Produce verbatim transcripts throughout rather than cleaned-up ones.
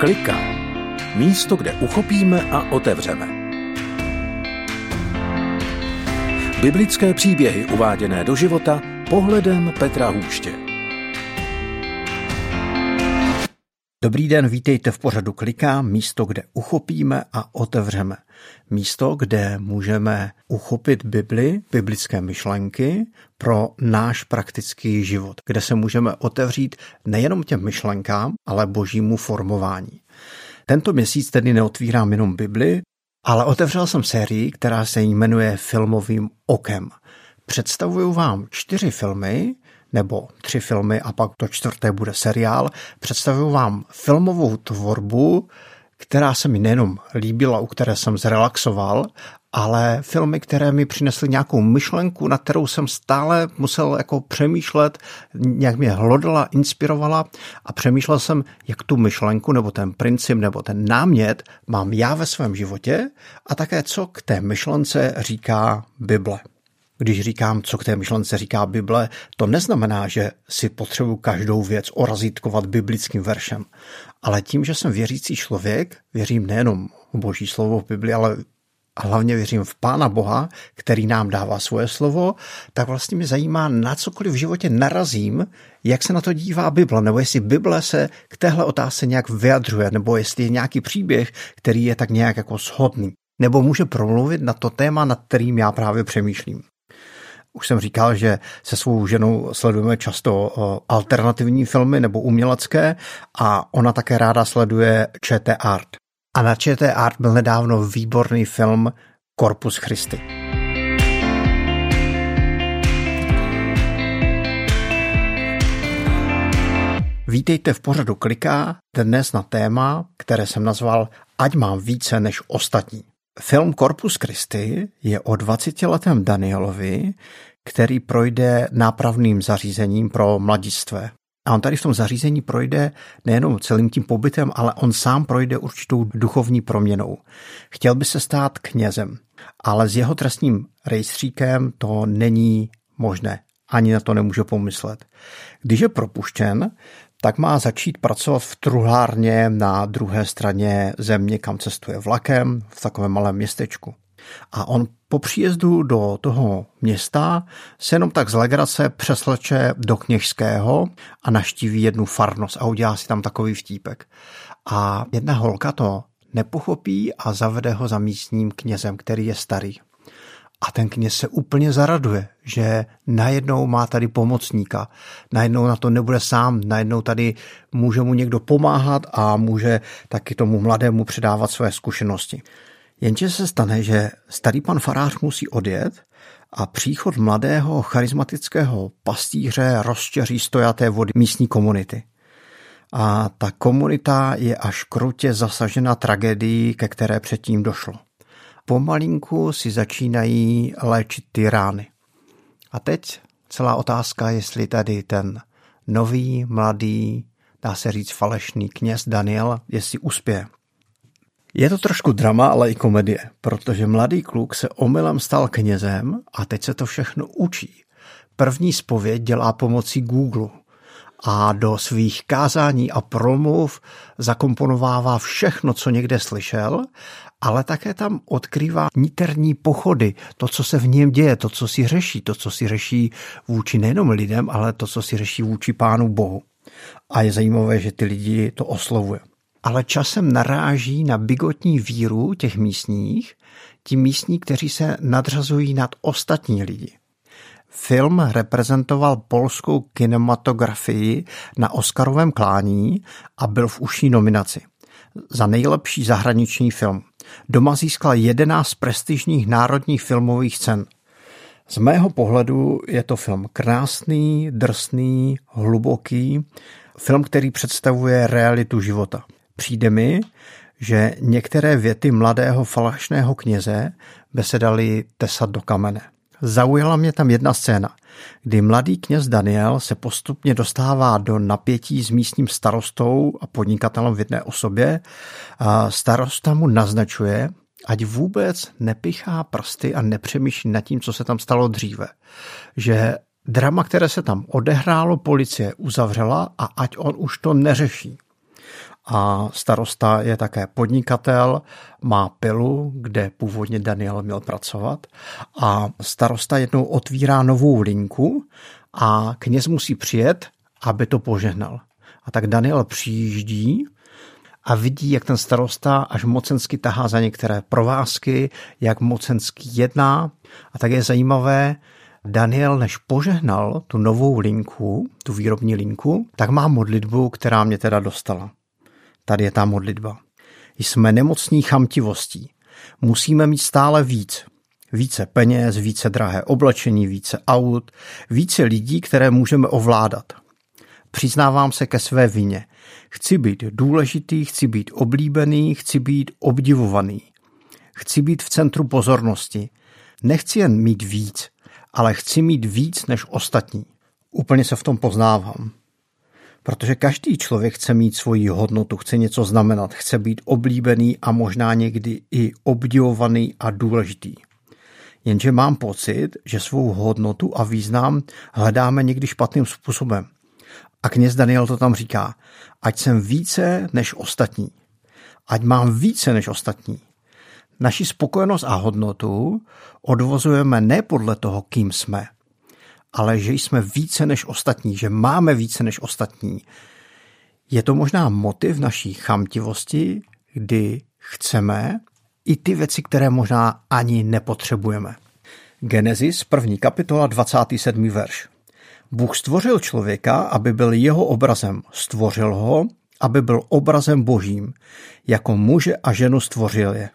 Klika. Místo, kde uchopíme a otevřeme. Biblické příběhy uváděné do života pohledem Petra Hůště. Dobrý den, vítejte v pořadu Klika, místo, kde uchopíme a otevřeme. Místo, kde můžeme uchopit Bibli, biblické myšlenky pro náš praktický život, kde se můžeme otevřít nejenom těm myšlenkám, ale božímu formování. Tento měsíc tedy neotvírám jenom Bibli, ale otevřel jsem sérii, která se jmenuje Filmovým okem. Představuju vám čtyři filmy, nebo tři filmy a pak to čtvrté bude seriál. Představuju vám filmovou tvorbu, která se mi nejenom líbila, u které jsem zrelaxoval, ale filmy, které mi přinesly nějakou myšlenku, na kterou jsem stále musel jako přemýšlet, nějak mě hlodala, inspirovala a přemýšlel jsem, jak tu myšlenku nebo ten princip nebo ten námět mám já ve svém životě a také co k té myšlence říká Bible. Když říkám, co k té myšlence říká Bible, to neznamená, že si potřebuji každou věc orazítkovat biblickým veršem. Ale tím, že jsem věřící člověk, věřím nejenom v Boží slovo v Bibli, ale hlavně věřím v Pána Boha, který nám dává svoje slovo, tak vlastně mě zajímá, na cokoliv v životě narazím, jak se na to dívá Bible, nebo jestli Bible se k téhle otázce nějak vyjadřuje, nebo jestli je nějaký příběh, který je tak nějak jako shodný, nebo může promluvit na to téma, nad kterým já právě přemýšlím. Už jsem říkal, že se svou ženou sledujeme často alternativní filmy nebo umělecké a ona také ráda sleduje ČT Art. A na ČT Art byl nedávno výborný film Corpus Christi. Vítejte v pořadu Klika, dnes na téma, které jsem nazval Ať mám více než ostatní. Film Corpus Christi je o dvacetiletém Danielovi, který projde nápravným zařízením pro mladistvé. A on tady v tom zařízení projde nejenom celým tím pobytem, ale on sám projde určitou duchovní proměnou. Chtěl by se stát knězem, ale s jeho trestním rejstříkem to není možné. Ani na to nemůže pomyslet. Když je propuštěn, tak má začít pracovat v truhlárně na druhé straně země, kam cestuje vlakem, v takovém malém městečku. A on po příjezdu do toho města se jenom tak z legrace přesleče do Kněžského a navštíví jednu farnost a udělá si tam takový vtípek. A jedna holka to nepochopí a zavede ho za místním knězem, který je starý. A ten kněz se úplně zaraduje, že najednou má tady pomocníka, najednou na to nebude sám, najednou tady může mu někdo pomáhat a může taky tomu mladému předávat své zkušenosti. Jenže se stane, že starý pan farář musí odjet a příchod mladého charismatického pastýře rozčeří stojaté vody místní komunity. A ta komunita je až krutě zasažena tragédií, ke které předtím došlo. Pomalinku si začínají léčit ty rány. A teď celá otázka, jestli tady ten nový, mladý, dá se říct falešný kněz Daniel, jestli uspěje. Je to trošku drama, ale i komedie, protože mladý kluk se omylem stal knězem a teď se to všechno učí. První zpověď dělá pomocí Google a do svých kázání a promluv zakomponovává všechno, co někde slyšel, ale také tam odkrývá niterní pochody, to, co se v něm děje, to, co si řeší, to, co si řeší vůči nejenom lidem, ale to, co si řeší vůči Pánu Bohu. A je zajímavé, že ty lidi to oslovuje. Ale časem naráží na bigotní víru těch místních, ti místní, kteří se nadřazují nad ostatní lidi. Film reprezentoval polskou kinematografii na Oscarovém klání a byl v užší nominaci za nejlepší zahraniční film. Doma získal jedenáct prestižních národních filmových cen. Z mého pohledu je to film krásný, drsný, hluboký, film, který představuje realitu života. Přijde mi, že některé věty mladého falešného kněze by se daly tesat do kamene. Zaujala mě tam jedna scéna, kdy mladý kněz Daniel se postupně dostává do napětí s místním starostou a podnikatelem v jedné osobě. A starosta mu naznačuje, ať vůbec nepichá prsty a nepřemýšlí nad tím, co se tam stalo dříve. Že drama, které se tam odehrálo, policie uzavřela a ať on už to neřeší. a starosta je také podnikatel, má pilu, kde původně Daniel měl pracovat a starosta jednou otvírá novou linku a kněz musí přijet, aby to požehnal. A tak Daniel přijíždí a vidí, jak ten starosta až mocensky tahá za některé provázky, jak mocensky jedná. A tak je zajímavé, Daniel, než požehnal tu novou linku, tu výrobní linku, tak má modlitbu, která mě teda dostala. Tady je ta modlitba. Jsme nemocní chamtivostí. Musíme mít stále víc. Více peněz, více drahé oblečení, více aut, více lidí, které můžeme ovládat. Přiznávám se ke své vině. Chci být důležitý, chci být oblíbený, chci být obdivovaný. Chci být v centru pozornosti. Nechci jen mít víc, ale chci mít víc než ostatní. Úplně se v tom poznávám. Protože každý člověk chce mít svoji hodnotu, chce něco znamenat, chce být oblíbený a možná někdy i obdivovaný a důležitý. Jenže mám pocit, že svou hodnotu a význam hledáme někdy špatným způsobem. A kněz Daniel to tam říká, ať jsem více než ostatní. Ať mám více než ostatní. Naši spokojenost a hodnotu odvozujeme ne podle toho, kým jsme, ale že jsme více než ostatní, že máme více než ostatní. Je to možná motiv naší chamtivosti, kdy chceme i ty věci, které možná ani nepotřebujeme. Genesis, první kapitola, dvacátý sedmý verš. Bůh stvořil člověka, aby byl jeho obrazem. Stvořil ho, aby byl obrazem božím. Jako muže a ženu stvořil je.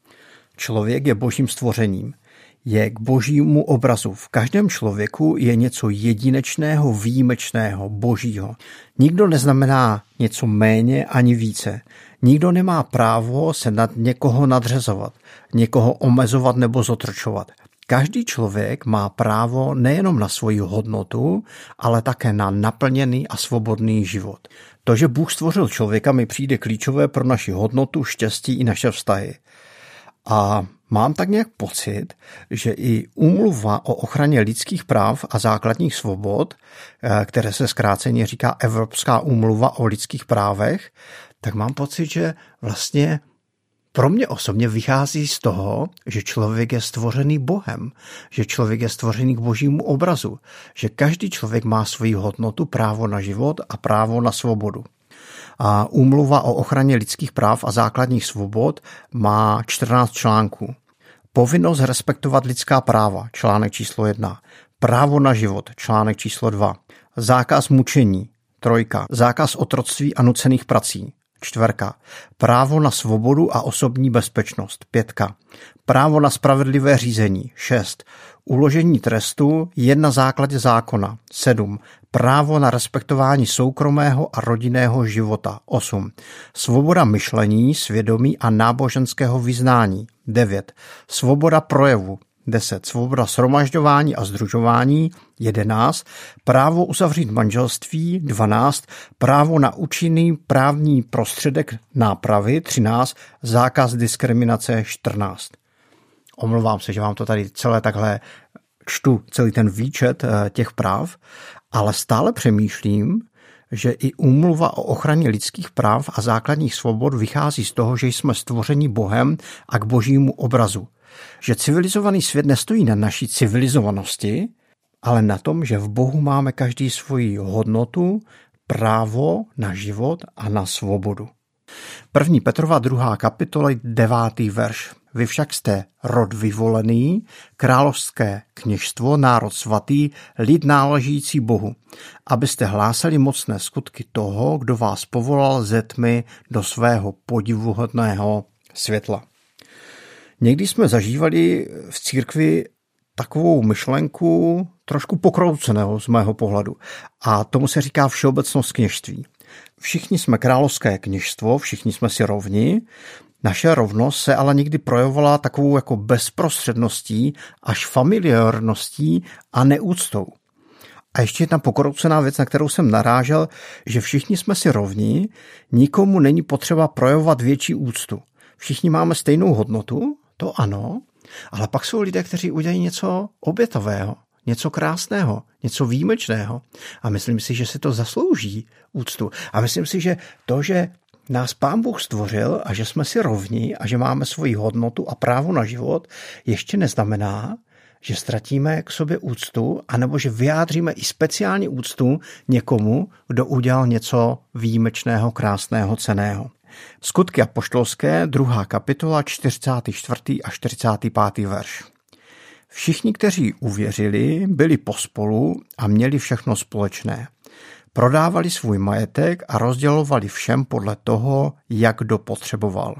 Člověk je božím stvořením. Je k božímu obrazu. V každém člověku je něco jedinečného, výjimečného, božího. Nikdo neznamená něco méně ani více. Nikdo nemá právo se nad někoho nadřezovat, někoho omezovat nebo zotročovat. Každý člověk má právo nejenom na svoji hodnotu, ale také na naplněný a svobodný život. To, že Bůh stvořil člověka, mi přijde klíčové pro naši hodnotu, štěstí i naše vztahy. A mám tak nějak pocit, že i úmluva o ochraně lidských práv a základních svobod, které se zkráceně říká Evropská úmluva o lidských právech, tak mám pocit, že vlastně pro mě osobně vychází z toho, že člověk je stvořený Bohem, že člověk je stvořený k božímu obrazu, že každý člověk má svoji hodnotu, právo na život a právo na svobodu. A úmluva o ochraně lidských práv a základních svobod má čtrnáct článků. Povinnost respektovat lidská práva, článek číslo jedna. Právo na život, článek číslo dva. Zákaz mučení, trojka. Zákaz otroctví a nucených prací, čtverka. Právo na svobodu a osobní bezpečnost, pětka. Právo na spravedlivé řízení, šest. Uložení trestu jen na základě zákona, sedm. Právo na respektování soukromého a rodinného života, osm. Svoboda myšlení, svědomí a náboženského vyznání, devět. Svoboda projevu, deset. Svoboda shromažďování a sdružování, jedenáct. Právo uzavřít manželství, dvanáct. Právo na účinný právní prostředek nápravy, třináct. Zákaz diskriminace, čtrnáct. Omlouvám se, že vám to tady celé takhle čtu, celý ten výčet těch práv, ale stále přemýšlím, že i úmluva o ochraně lidských práv a základních svobod vychází z toho, že jsme stvořeni Bohem a k božímu obrazu. Že civilizovaný svět nestojí na naší civilizovanosti, ale na tom, že v Bohu máme každý svoji hodnotu, právo na život a na svobodu. První Petrova druhá kapitola, devátý verš. Vy však jste rod vyvolený, královské kněžstvo, národ svatý, lid náležící Bohu, abyste hlásali mocné skutky toho, kdo vás povolal ze tmy do svého podivuhodného světla. Někdy jsme zažívali v církvi takovou myšlenku trošku pokrouceného z mého pohledu a tomu se říká všeobecnost kněžství. Všichni jsme královské kněžstvo, všichni jsme si rovni. Naše rovnost se ale někdy projevovala takovou jako bezprostředností až familiárností a neúctou. A ještě jedna pokroucená věc, na kterou jsem narážel, že všichni jsme si rovni, nikomu není potřeba projevovat větší úctu. Všichni máme stejnou hodnotu, to ano, ale pak jsou lidé, kteří udělají něco obětového, něco krásného, něco výjimečného. A myslím si, že si to zaslouží úctu. A myslím si, že to, že nás Pán Bůh stvořil a že jsme si rovni a že máme svoji hodnotu a právo na život, ještě neznamená, že ztratíme k sobě úctu, anebo že vyjádříme i speciální úctu někomu, kdo udělal něco výjimečného, krásného, cenného. Skutky apoštolské, druhá kapitola, čtyřicátý čtvrtý a čtyřicátý pátý verš. Všichni, kteří uvěřili, byli pospolu a měli všechno společné. Prodávali svůj majetek a rozdělovali všem podle toho, jak kdo potřeboval.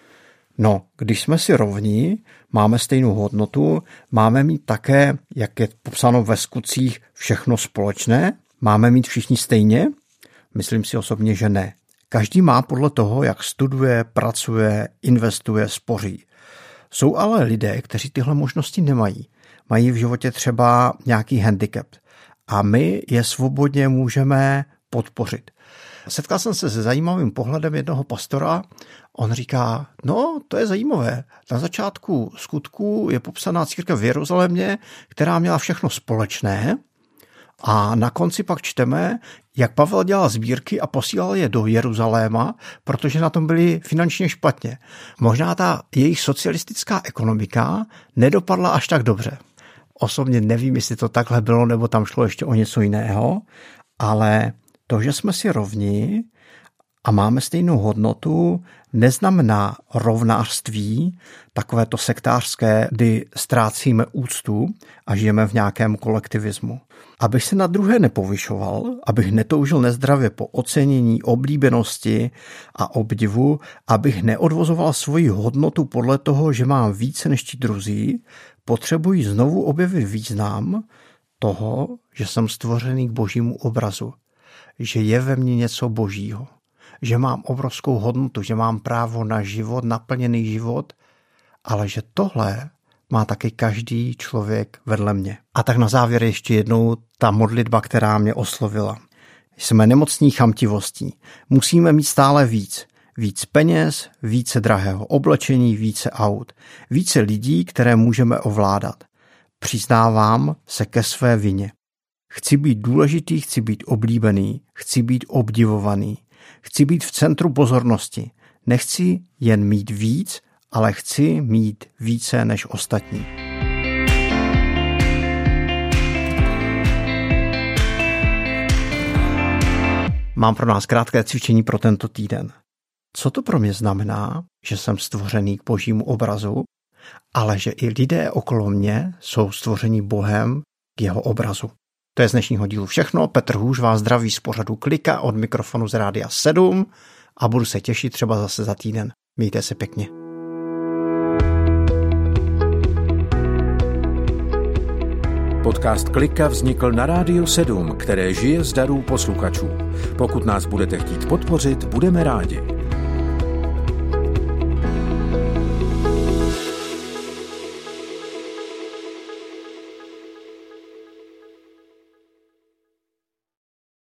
No, když jsme si rovní, máme stejnou hodnotu, máme mít také, jak je popsáno ve skutcích, všechno společné? Máme mít všichni stejně? Myslím si osobně, že ne. Každý má podle toho, jak studuje, pracuje, investuje, spoří. Jsou ale lidé, kteří tyhle možnosti nemají. Mají v životě třeba nějaký handicap. A my je svobodně můžeme podpořit. Setkal jsem se se zajímavým pohledem jednoho pastora. On říká, no to je zajímavé. Na začátku skutků je popsaná církev v Jeruzalémě, která měla všechno společné. A na konci pak čteme, jak Pavel dělal sbírky a posílal je do Jeruzaléma, protože na tom byli finančně špatně. Možná ta jejich socialistická ekonomika nedopadla až tak dobře. Osobně nevím, jestli to takhle bylo, nebo tam šlo ještě o něco jiného, ale to, že jsme si rovni a máme stejnou hodnotu, neznamená rovnářství, takové to sektářské, kdy ztrácíme úctu a žijeme v nějakém kolektivismu. Abych se na druhé nepovyšoval, abych netoužil nezdravě po ocenění, oblíbenosti a obdivu, abych neodvozoval svoji hodnotu podle toho, že mám více než ti druzí, potřebuji znovu objevit význam toho, že jsem stvořený k božímu obrazu, že je ve mně něco božího, že mám obrovskou hodnotu, že mám právo na život, naplněný život, ale že tohle má taky každý člověk vedle mě. A tak na závěr ještě jednou ta modlitba, která mě oslovila. Jsme nemocní chamtivostí. Musíme mít stále víc. Víc peněz, více drahého oblečení, více aut. Více lidí, které můžeme ovládat. Přiznávám se ke své vině. Chci být důležitý, chci být oblíbený, chci být obdivovaný. Chci být v centru pozornosti. Nechci jen mít víc, ale chci mít více než ostatní. Mám pro nás krátké cvičení pro tento týden. Co to pro mě znamená, že jsem stvořený k božímu obrazu, ale že i lidé okolo mě jsou stvoření Bohem k jeho obrazu. To je z dnešního dílu všechno. Petr Hůř vás zdraví z pořadu Klika od mikrofonu z Rádia sedm a budu se těšit třeba zase za týden. Mějte se pěkně. Podcast Klika vznikl na Rádiu sedm, které žije z darů posluchačů. Pokud nás budete chtít podpořit, budeme rádi.